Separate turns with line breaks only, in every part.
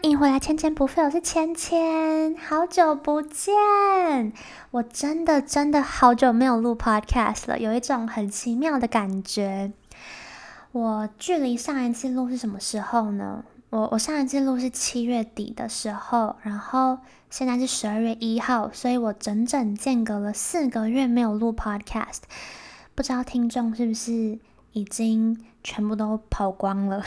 迎回来，千千不废，我是千千，好久不见！我真的好久没有录 podcast 了，有一种很奇妙的感觉。我距离上一次录是什么时候呢？我上一次录是7月底的时候，然后现在是12月1号，所以我整整间隔了4个月没有录 podcast。不知道听众是不是已经全部都跑光了？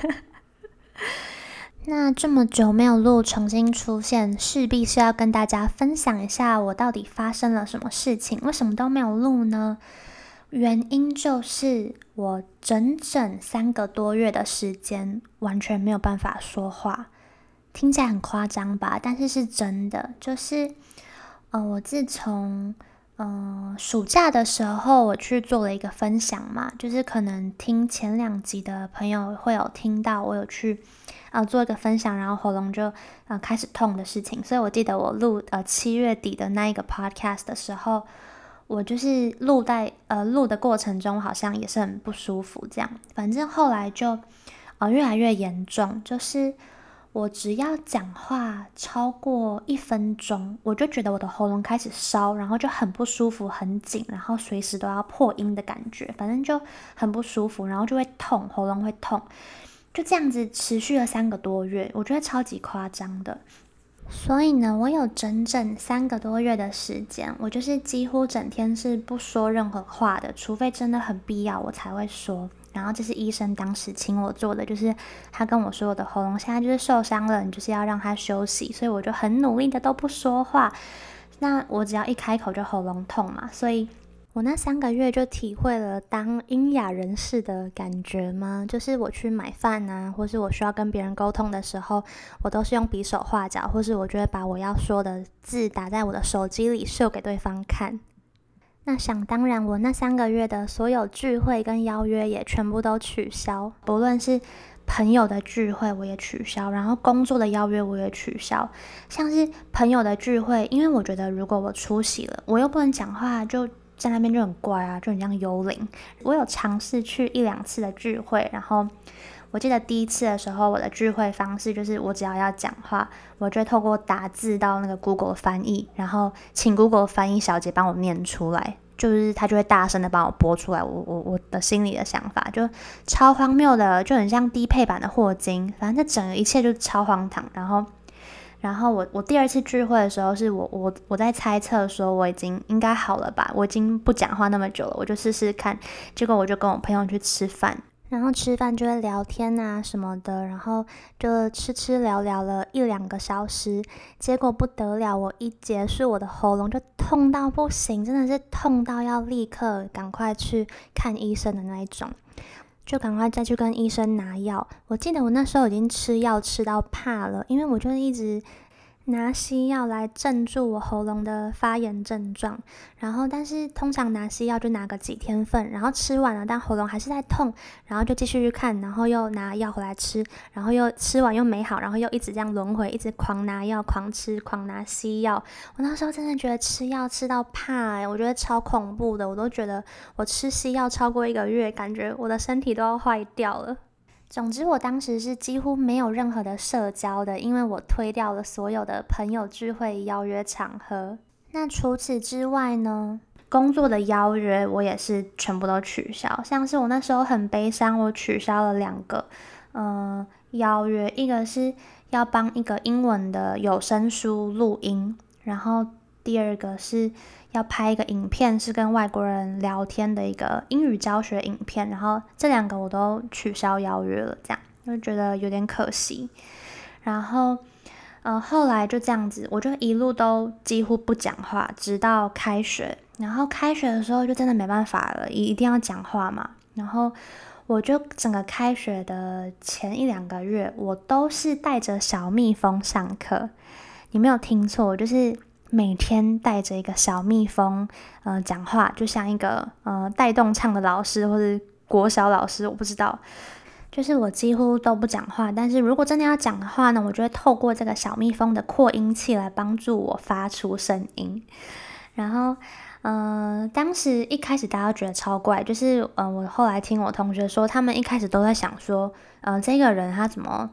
那这么久没有录，重新出现，势必是要跟大家分享一下我到底发生了什么事情，为什么都没有录呢？原因就是我整整3个多月的时间完全没有办法说话，听起来很夸张吧？但是是真的，就是我自从暑假的时候我去做了一个分享嘛，就是可能听前2集的朋友会有听到我有去做一个分享，然后喉咙就开始痛的事情，所以我记得我录7月底的那一个 podcast 的时候，我就是录的过程中好像也是很不舒服这样，反正后来就越来越严重，就是我只要讲话超过1分钟，我就觉得我的喉咙开始烧，然后就很不舒服很紧，然后随时都要破音的感觉，反正就很不舒服，然后就会痛，喉咙会痛，就这样子持续了3个多月，我觉得超级夸张的。所以呢，我有整整3个多月的时间，我就是几乎整天是不说任何话的，除非真的很必要我才会说。然后这是医生当时请我做的，就是他跟我说我的喉咙现在就是受伤了，你就是要让他休息，所以我就很努力的都不说话。那我只要一开口就喉咙痛嘛，所以我那3个月就体会了当聋哑人士的感觉吗？就是我去买饭啊，或是我需要跟别人沟通的时候，我都是用比手画脚，或是我就会把我要说的字打在我的手机里秀给对方看。那想当然，我那3个月的所有聚会跟邀约也全部都取消，不论是朋友的聚会我也取消，然后工作的邀约我也取消。像是朋友的聚会，因为我觉得如果我出席了，我又不能讲话，就在那边就很怪啊，就很像幽灵。我有尝试去1-2次的聚会，然后我记得第1次的时候，我的聚会方式就是我只要讲话，我就会透过打字到那个 Google 翻译，然后请 Google 翻译小姐帮我念出来，就是她就会大声的帮我播出来我的心里的想法，就超荒谬的，就很像低配版的霍金，反正这整个一切就超荒唐。然后我第2次聚会的时候，是我在猜测说我已经应该好了吧，我已经不讲话那么久了，我就试试看。结果我就跟我朋友去吃饭，然后吃饭就会聊天啊什么的，然后就吃聊了1-2个小时，结果不得了，我一结束我的喉咙就痛到不行，真的是痛到要立刻赶快去看医生的那一种，就赶快再去跟医生拿药。我记得我那时候已经吃药吃到怕了，因为我就一直拿西药来镇住我喉咙的发炎症状，然后但是通常拿西药就拿个几天份，然后吃完了但喉咙还是在痛，然后就继续去看，然后又拿药回来吃，然后又吃完又没好，然后又一直这样轮回，一直狂拿药狂吃狂拿西药。我那时候真的觉得吃药吃到怕我觉得超恐怖的，我都觉得我吃西药超过1个月，感觉我的身体都要坏掉了。总之我当时是几乎没有任何的社交的，因为我推掉了所有的朋友聚会邀约场合。那除此之外呢，工作的邀约我也是全部都取消，像是我那时候很悲伤，我取消了2个邀约，一个是要帮一个英文的有声书录音，然后第2个是要拍一个影片，是跟外国人聊天的一个英语教学影片，然后这2个我都取消邀约了，这样就觉得有点可惜。然后后来就这样子，我就一路都几乎不讲话，直到开学。然后开学的时候就真的没办法了，一定要讲话嘛。然后我就整个开学的前1-2个月，我都是带着小蜜蜂上课。你没有听错，我就是每天带着一个小蜜蜂讲话，就像一个带动唱的老师或者国小老师，我不知道。就是我几乎都不讲话，但是如果真的要讲的话呢，我就会透过这个小蜜蜂的扩音器来帮助我发出声音。然后当时一开始大家都觉得超怪，就是我后来听我同学说，他们一开始都在想说这个人他怎么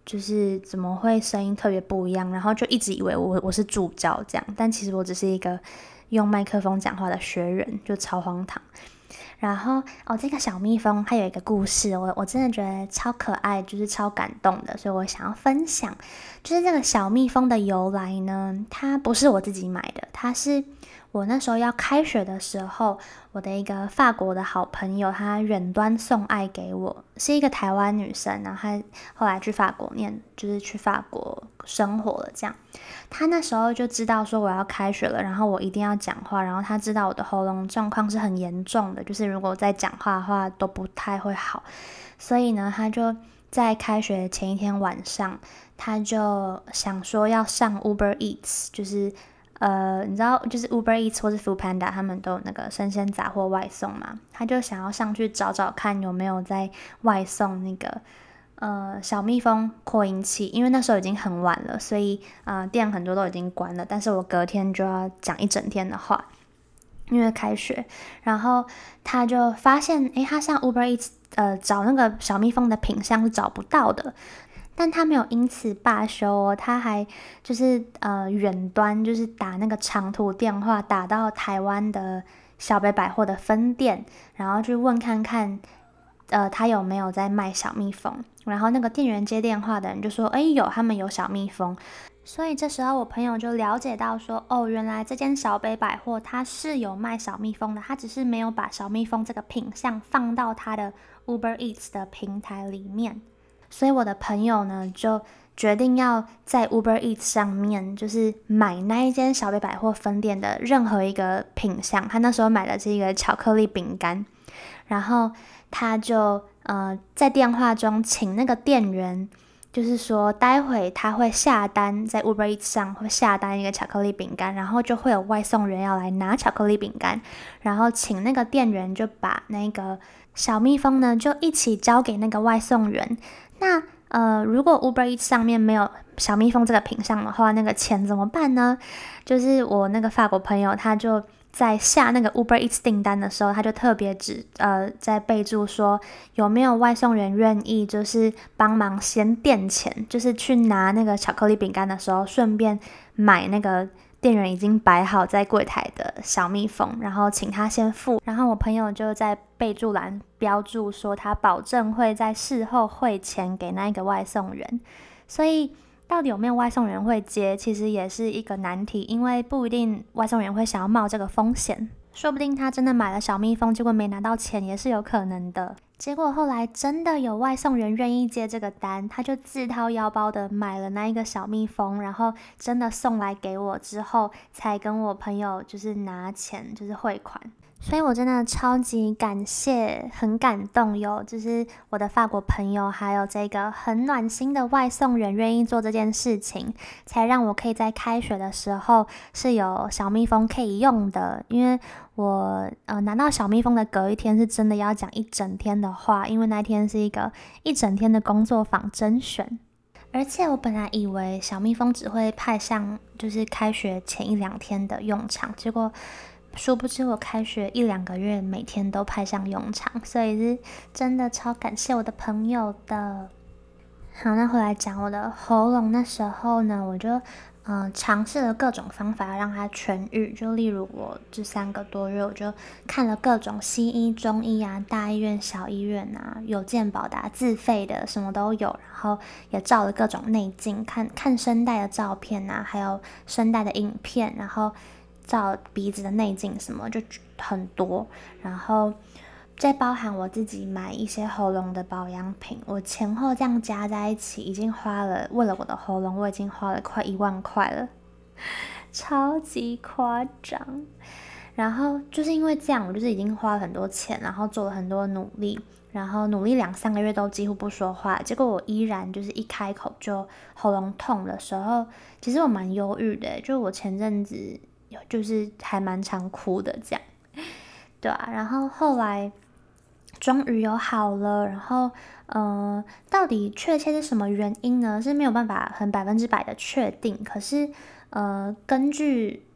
就是怎么会声音特别不一样，然后就一直以为我是助教这样，但其实我只是一个用麦克风讲话的学员，就超荒唐。然后这个小蜜蜂它有一个故事，我真的觉得超可爱，就是超感动的，所以我想要分享。就是这个小蜜蜂的由来呢，它不是我自己买的，它是我那时候要开学的时候，我的一个法国的好朋友，她远端送爱给我，是一个台湾女生，然后她后来去法国念，就是去法国生活了这样。她那时候就知道说我要开学了，然后我一定要讲话，然后她知道我的喉咙状况是很严重的，就是如果再讲话的话都不太会好，所以呢，她就在开学前一天晚上，她就想说要上 Uber Eats，就是你知道，就是 Uber Eats 或是 Foodpanda， 他们都有那个生鲜杂货外送嘛，她就想要上去找找看有没有在外送那个小蜜蜂扩音器，因为那时候已经很晚了，所以店很多都已经关了，但是我隔天就要讲一整天的话，因为开学，然后他就发现，他上 Uber Eats 找那个小蜜蜂的品项是找不到的，但他没有因此罢休哦，他还就是远端就是打那个长途电话打到台湾的小北百货的分店，然后去问看看他有没有在卖小蜜蜂，然后那个店员接电话的人就说他们有小蜜蜂，所以这时候我朋友就了解到说原来这间小北百货它是有卖小蜜蜂的，它只是没有把小蜜蜂这个品项放到它的 Uber Eats 的平台里面，所以我的朋友呢就决定要在 Uber Eats 上面就是买那一间小北百货分店的任何一个品项，他那时候买的是一个巧克力饼干，然后他就在电话中请那个店员，就是说待会他会下单，在 Uber Eats 上会下单一个巧克力饼干，然后就会有外送员要来拿巧克力饼干，然后请那个店员就把那个小蜜蜂呢就一起交给那个外送员。那如果 Uber Eats 上面没有小蜜蜂这个品项的话，那个钱怎么办呢？就是我那个法国朋友他就在下那个 Uber Eats 订单的时候，他就特别在备注说有没有外送员愿意就是帮忙先垫钱，就是去拿那个巧克力饼干的时候顺便买那个店员已经摆好在柜台的小蜜蜂，然后请他先付，然后我朋友就在备注栏标注说他保证会在事后汇钱给那个外送员，所以到底有没有外送员会接，其实也是一个难题，因为不一定外送员会想要冒这个风险，说不定他真的买了小蜜蜂，结果没拿到钱也是有可能的。结果后来真的有外送员愿意接这个单，他就自掏腰包的买了那一个小蜜蜂，然后真的送来给我之后，才跟我朋友就是拿钱，就是汇款。所以我真的超级感谢，很感动有就是我的法国朋友，还有这个很暖心的外送员愿意做这件事情，才让我可以在开学的时候是有小蜜蜂可以用的。因为我拿到小蜜蜂的隔一天是真的要讲一整天的话，因为那天是一个一整天的工作坊甄选。而且我本来以为小蜜蜂只会派上就是开学前1-2天的用场，结果殊不知我开学1-2个月每天都派上用场，所以是真的超感谢我的朋友的。好，那回来讲我的喉咙，那时候呢我就尝试了各种方法让它痊愈，就例如我这3个多月我就看了各种西医、中医啊，大医院、小医院啊，有健保的自费的什么都有，然后也照了各种内镜，看声带的照片啊，还有声带的影片，然后照鼻子的内镜什么就很多，然后再包含我自己买一些喉咙的保养品，我前后这样加在一起已经花了，为了我的喉咙我已经花了快1万块了，超级夸张。然后就是因为这样，我就是已经花了很多钱，然后做了很多努力，然后努力2-3个月都几乎不说话，结果我依然就是一开口就喉咙痛的时候，其实我蛮忧郁的，就我前阵子就是还蛮常哭的这样，对啊，然后后来终于有好了，然后到底确切是什么原因呢？是没有办法很100%的确定，可是根据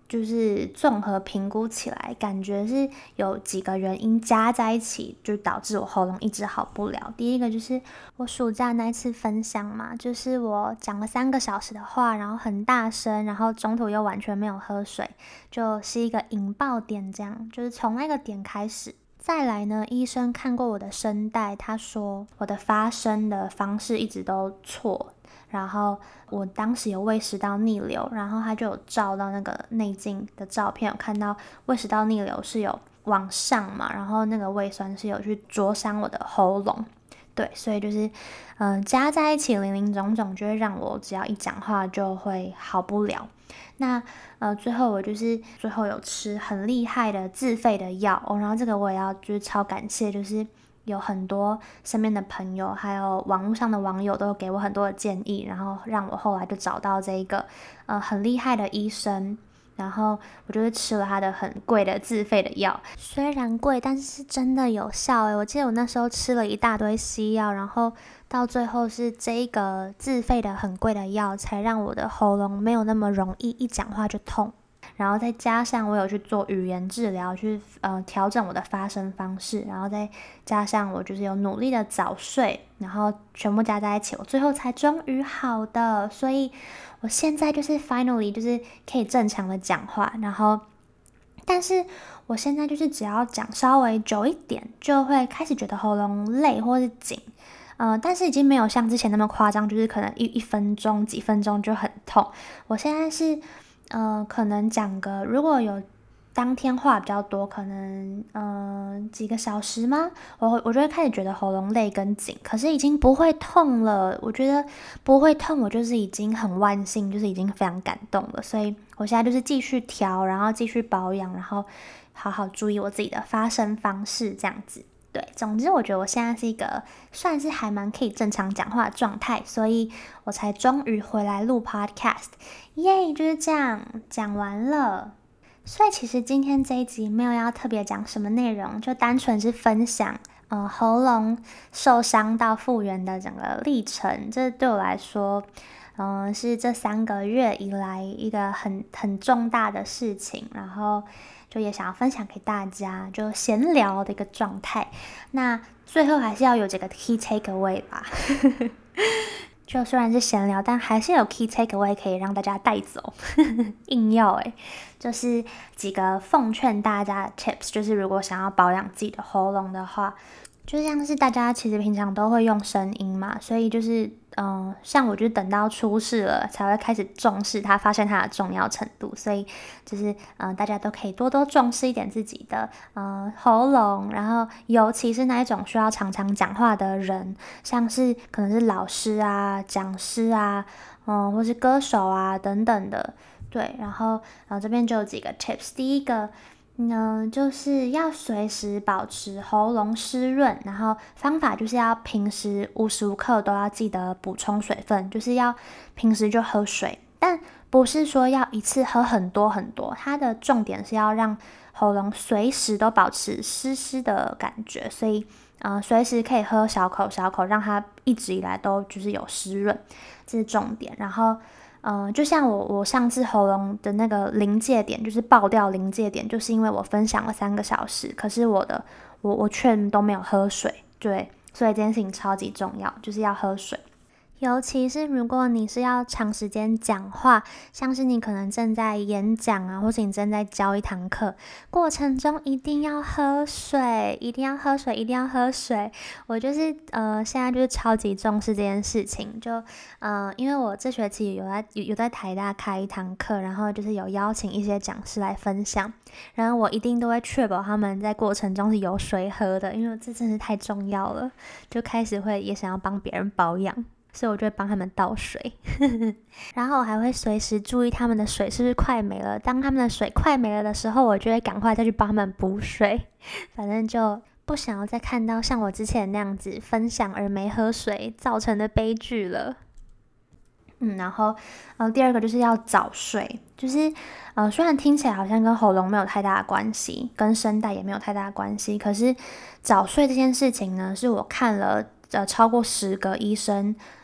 就是综合评估起来，感觉是有几个原因加在一起，就导致我喉咙一直好不了。第一个就是我暑假那一次分享嘛，就是我讲了3个小时的话，然后很大声，然后中途又完全没有喝水，就是一个引爆点，这样就是从那个点开始。再来呢，医生看过我的声带，他说我的发声的方式一直都错，然后我当时有胃食道逆流，然后他就有照到那个内镜的照片，有看到胃食道逆流是有往上嘛，然后那个胃酸是有去灼伤我的喉咙。对，所以就是加在一起林林总总，就会让我只要一讲话就会好不了。那最后我就是最后有吃很厉害的自费的药然后这个我也要就是超感谢，就是有很多身边的朋友还有网络上的网友都给我很多的建议，然后让我后来就找到这一个很厉害的医生，然后我就是吃了他的很贵的自费的药，虽然贵，但是是真的有效我记得我那时候吃了一大堆西药，然后到最后是这一个自费的很贵的药，才让我的喉咙没有那么容易一讲话就痛。然后再加上我有去做语言治疗，去调整我的发声方式，然后再加上我就是有努力的早睡，然后全部加在一起，我最后才终于好的。所以我现在就是 finally 就是可以正常的讲话，然后但是我现在就是只要讲稍微久一点，就会开始觉得喉咙累或是紧。但是已经没有像之前那么夸张，就是可能一分钟、几分钟就很痛。我现在是可能讲个如果有当天话比较多，可能几个小时吗？我就会开始觉得喉咙累跟紧，可是已经不会痛了。我觉得不会痛，我就是已经很万幸，就是已经非常感动了。所以我现在就是继续调，然后继续保养，然后好好注意我自己的发声方式，这样子。对，总之我觉得我现在是一个算是还蛮可以正常讲话的状态，所以我才终于回来录 podcast， 耶，就是这样讲完了。所以其实今天这一集没有要特别讲什么内容，就单纯是分享喉咙受伤到复原的整个历程。这对我来说是这3个月以来一个很重大的事情，然后就也想要分享给大家，就闲聊的一个状态。那最后还是要有这个 key takeaway 吧就虽然是闲聊，但还是有 key takeaway 可以让大家带走硬要就是几个奉劝大家的 tips， 就是如果想要保养自己的喉咙的话，就像是大家其实平常都会用声音嘛，所以就是像我就等到出事了才会开始重视它，发现它的重要程度，所以就是大家都可以多多重视一点自己的喉咙，然后尤其是那一种需要常常讲话的人，像是可能是老师啊、讲师啊，或是歌手啊等等的，对，然后这边就有几个 tips， 第一个就是要随时保持喉咙湿润，然后方法就是要平时无时无刻都要记得补充水分，就是要平时就喝水，但不是说要一次喝很多很多，它的重点是要让喉咙随时都保持湿湿的感觉，所以随时可以喝小口小口，让它一直以来都就是有湿润，这是重点。然后就像我上次喉咙的那个临界点，就是爆掉临界点，就是因为我分享了3个小时，可是我却都没有喝水，对，所以这件事情超级重要，就是要喝水。尤其是如果你是要长时间讲话，像是你可能正在演讲啊，或是你正在教一堂课，过程中一定要喝水，一定要喝水，一定要喝水。我就是现在就是超级重视这件事情，就因为我这学期有在台大开一堂课，然后就是有邀请一些讲师来分享，然后我一定都会确保他们在过程中是有水喝的，因为这真是太重要了，就开始会也想要帮别人保养。所以我就会帮他们倒水然后我还会随时注意他们的水是不是快没了，当他们的水快没了的时候，我就会赶快再去帮他们补水，反正就不想要再看到像我之前那样子分享而没喝水造成的悲剧了。然后第二个就是要早睡，就是虽然听起来好像跟喉咙没有太大的关系，跟声带也没有太大的关系，可是早睡这件事情呢，是我看了超过10个医生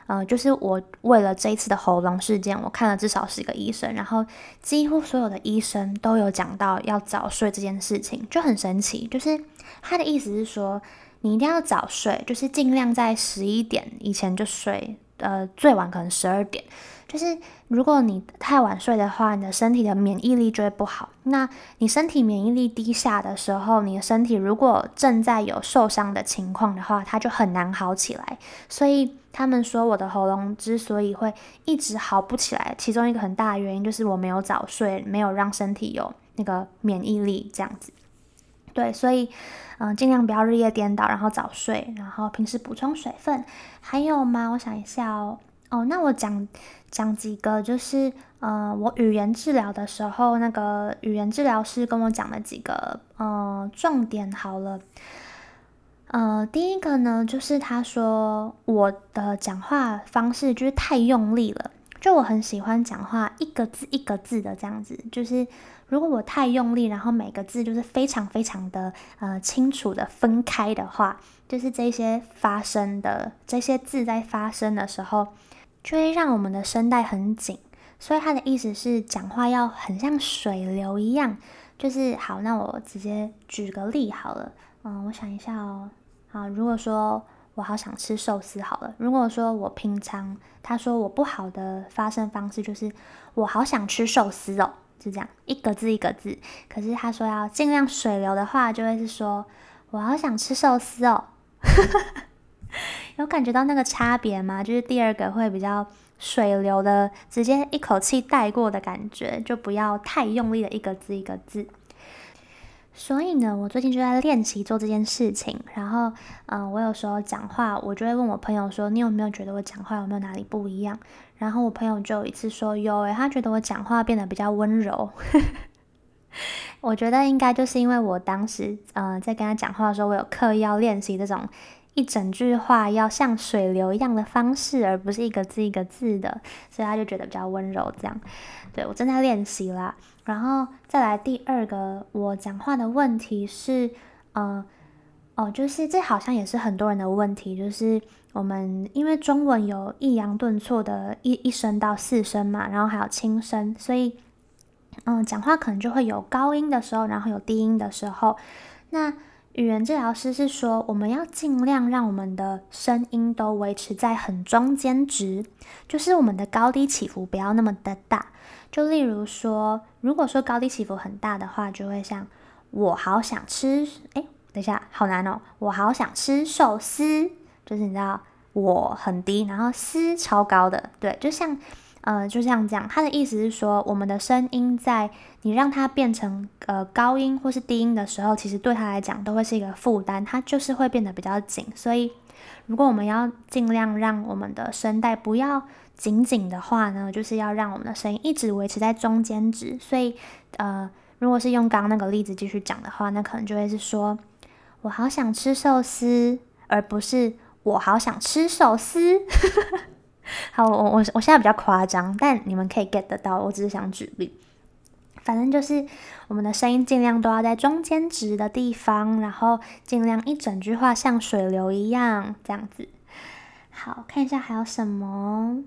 就是我为了这一次的喉咙事件，我看了至少10个医生，然后几乎所有的医生都有讲到要早睡这件事情，就很神奇。就是他的意思是说，你一定要早睡，就是尽量在11点以前就睡，最晚可能12点。就是如果你太晚睡的话，你的身体的免疫力就会不好。那你身体免疫力低下的时候，你的身体如果正在有受伤的情况的话，它就很难好起来。所以他们说我的喉咙之所以会一直好不起来，其中一个很大的原因就是我没有早睡，没有让身体有那个免疫力这样子。对，所以尽量不要日夜颠倒，然后早睡，然后平时补充水分。还有吗？我想一下那我讲几个，就是我语言治疗的时候，那个语言治疗师跟我讲的几个重点好了。第一个呢，就是他说我的讲话方式就是太用力了，就我很喜欢讲话一个字一个字的这样子，就是如果我太用力，然后每个字就是非常非常的清楚的分开的话，就是这些字在发生的时候，就会让我们的声带很紧。所以他的意思是讲话要很像水流一样，就是好，那我直接举个例好了。我想一下哦。好，如果说我好想吃寿司好了，如果说我平常他说我不好的发声方式就是我好想吃寿司哦，就这样一个字一个字。可是他说要尽量水流的话，就会是说我好想吃寿司哦。有感觉到那个差别吗？就是第二个会比较水流的，直接一口气带过的感觉，就不要太用力的一个字一个字。所以呢，我最近就在练习做这件事情。然后，我有时候讲话，我就会问我朋友说：“你有没有觉得我讲话有没有哪里不一样？”然后我朋友就有一次说：“有他觉得我讲话变得比较温柔。”我觉得应该就是因为我当时在跟他讲话的时候，我有刻意要练习这种一整句话要像水流一样的方式，而不是一个字一个字的，所以他就觉得比较温柔这样。对，我正在练习啦。然后再来第二个我讲话的问题是就是这好像也是很多人的问题，就是我们因为中文有抑扬顿挫的一声到4声嘛，然后还有轻声，所以讲话可能就会有高音的时候，然后有低音的时候。那语言治疗师是说，我们要尽量让我们的声音都维持在很中间值，就是我们的高低起伏不要那么的大。就例如说，如果说高低起伏很大的话，就会像我好想吃，等一下，好难哦，我好想吃寿司，就是你知道我很低，然后丝超高的，对，就像就像这样。他的意思是说，我们的声音在你让它变成高音或是低音的时候，其实对他来讲都会是一个负担，它就是会变得比较紧。所以如果我们要尽量让我们的声带不要紧紧的话呢，就是要让我们的声音一直维持在中间值。所以如果是用刚刚那个例子继续讲的话，那可能就会是说我好想吃寿司，而不是我好想吃寿司。好，我现在比较夸张，但你们可以 get 得到，我只是想举例。反正就是我们的声音尽量都要在中间值的地方，然后尽量一整句话像水流一样这样子。好，看一下还有什么。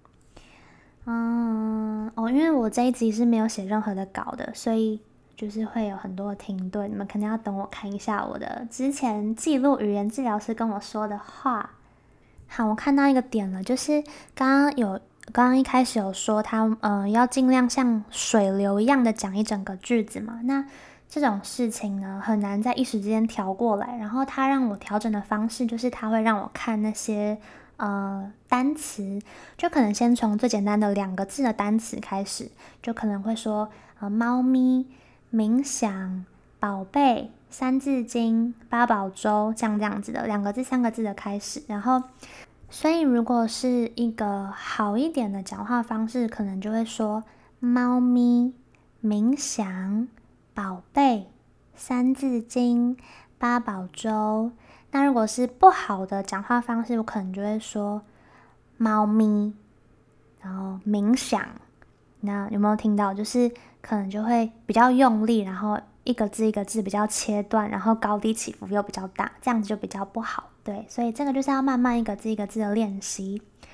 因为我这一集是没有写任何的稿的，所以就是会有很多的停顿，你们可能要等我看一下我的之前记录语言治疗师跟我说的话。好，我看到一个点了，就是刚刚一开始有说他要尽量像水流一样的讲一整个句子嘛，那这种事情呢很难在一时之间调过来。然后他让我调整的方式就是他会让我看那些单词，就可能先从最简单的2个字的单词开始，就可能会说猫咪、冥想、宝贝、3字经、八宝粥这样子的2个字3个字的开始。然后所以如果是一个好一点的讲话方式，可能就会说猫咪、冥想、宝贝、3字经、八宝粥。那如果是不好的讲话方式，我可能就会说猫咪，然后冥想。那有没有听到？就是可能就会比较用力，然后一个字一个字比较切断，然后高低起伏又比较大，这样子就比较不好。对，所以这个就是要慢慢一个字一个字的练习。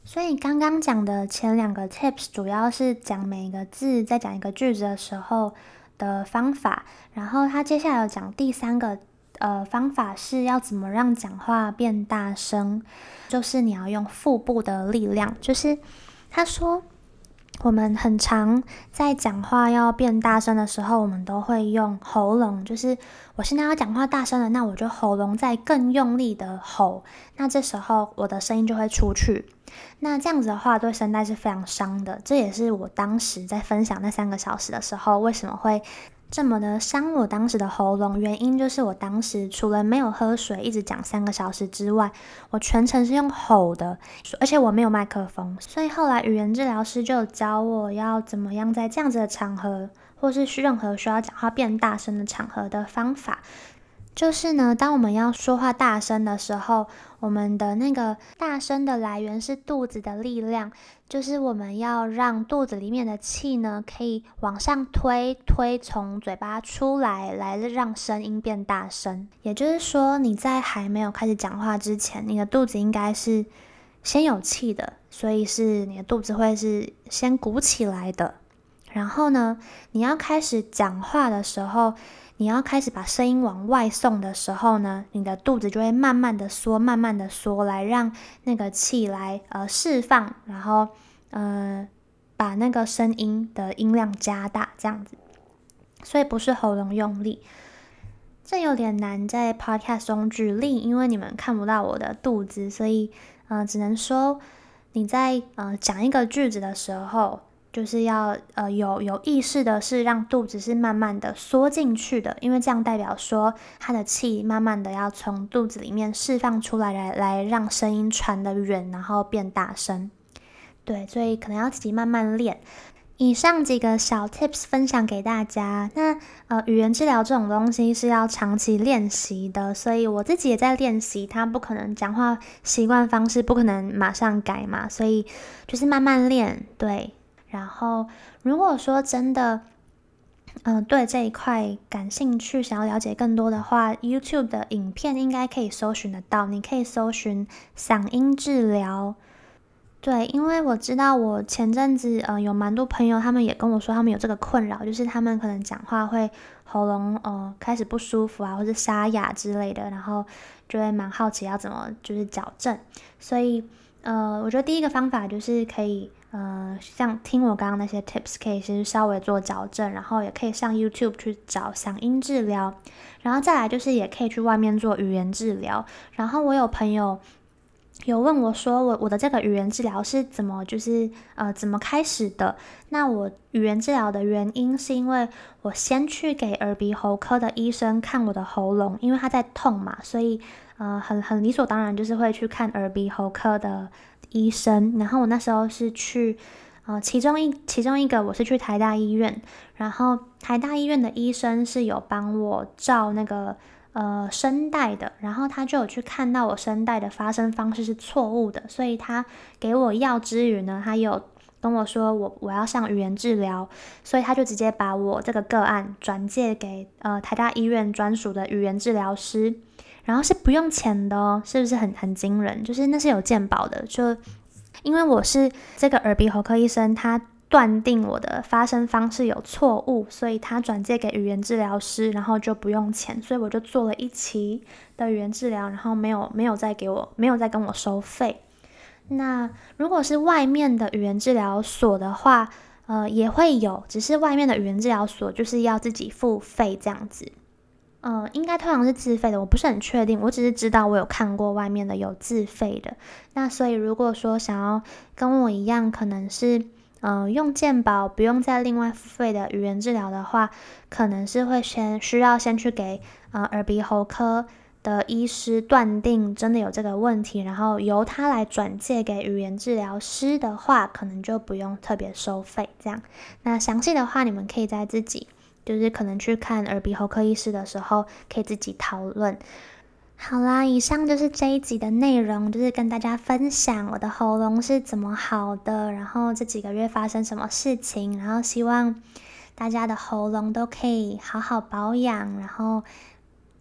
所以刚刚讲的前2个 tips 主要是讲每一个字在讲一个句子的时候的方法，然后他接下来有讲第3个方法是要怎么让讲话变大声，就是你要用腹部的力量。就是他说我们很常在讲话要变大声的时候，我们都会用喉咙，就是我现在要讲话大声了，那我就喉咙再更用力的吼，那这时候我的声音就会出去。那这样子的话对声带是非常伤的，这也是我当时在分享那3个小时的时候为什么会这么的伤我当时的喉咙，原因就是我当时除了没有喝水一直讲3个小时之外，我全程是用吼的，而且我没有麦克风，所以后来语言治疗师就有教我要怎么样在这样子的场合，或是任何需要讲话变大声的场合的方法。就是呢，当我们要说话大声的时候，我们的那个大声的来源是肚子的力量，就是我们要让肚子里面的气呢可以往上推从嘴巴出来，来让声音变大声。也就是说，你在还没有开始讲话之前，你的肚子应该是先有气的，所以是你的肚子会是先鼓起来的。然后呢，你要开始讲话的时候，你要开始把声音往外送的时候呢，你的肚子就会慢慢的缩，慢慢的缩，来让那个气来释放，然后把那个声音的音量加大，这样子。所以不是喉咙用力，这有点难在 podcast 中举例，因为你们看不到我的肚子，所以只能说你在讲一个句子的时候，就是要有意识的是让肚子是慢慢的缩进去的，因为这样代表说它的气慢慢的要从肚子里面释放出来，来让声音传得远，然后变大声。对，所以可能要自己慢慢练。以上几个小 tips 分享给大家。那语言治疗这种东西是要长期练习的，所以我自己也在练习，它不可能讲话习惯方式不可能马上改嘛，所以就是慢慢练。对，然后如果说真的对这一块感兴趣，想要了解更多的话， YouTube 的影片应该可以搜寻得到，你可以搜寻嗓音治疗。对，因为我知道我前阵子有蛮多朋友，他们也跟我说他们有这个困扰，就是他们可能讲话会喉咙开始不舒服啊，或是沙哑之类的，然后就会蛮好奇要怎么就是矫正。所以我觉得第一个方法就是可以像听我刚刚那些 tips， 可以先稍微做矫正，然后也可以上 YouTube 去找嗓音治疗，然后再来就是也可以去外面做语言治疗。然后我有朋友有问我说我的这个语言治疗是怎么怎么开始的。那我语言治疗的原因是因为我先去给耳鼻喉科的医生看我的喉咙，因为他在痛嘛，所以很理所当然就是会去看耳鼻喉科的医生。然后我那时候是去其中一个我是去台大医院，然后台大医院的医生是有帮我照那个声带的，然后他就有去看到我声带的发声方式是错误的，所以他给我药之余呢，他有跟我说我要上语言治疗，所以他就直接把我这个个案转介给台大医院专属的语言治疗师，然后是不用钱的哦，是不是很惊人？就是那是有健保的，就因为我是这个耳鼻喉科医生，他断定我的发声方式有错误，所以他转介给语言治疗师，然后就不用钱，所以我就做了1期的语言治疗，然后没有再跟我收费。那如果是外面的语言治疗所的话，也会有，只是外面的语言治疗所就是要自己付费这样子。应该通常是自费的，我不是很确定，我只是知道我有看过外面的有自费的。那所以如果说想要跟我一样，可能是用健保不用再另外付费的语言治疗的话，可能是会需要先去给耳鼻喉科的医师断定真的有这个问题，然后由他来转介给语言治疗师的话，可能就不用特别收费这样。那详细的话你们可以在自己就是可能去看耳鼻喉科医师的时候可以自己讨论。好啦，以上就是这一集的内容，就是跟大家分享我的喉咙是怎么好的，然后这几个月发生什么事情，然后希望大家的喉咙都可以好好保养，然后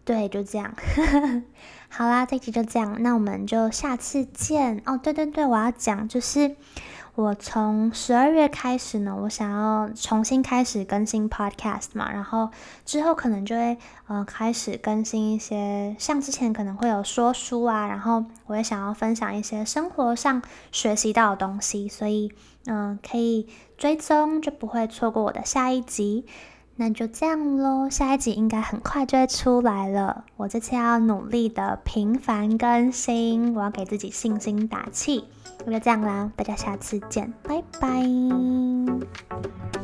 对，就这样。好啦，这期就这样，那我们就下次见。哦，对，我要讲就是我从12月开始呢，我想要重新开始更新 podcast 嘛，然后之后可能就会开始更新一些，像之前可能会有说书啊，然后我也想要分享一些生活上学习到的东西，所以可以追踪，就不会错过我的下一集。那就这样咯，下一集应该很快就会出来了。我这次要努力的频繁更新，我要给自己信心打气。那就这样啦，大家下次见，拜拜。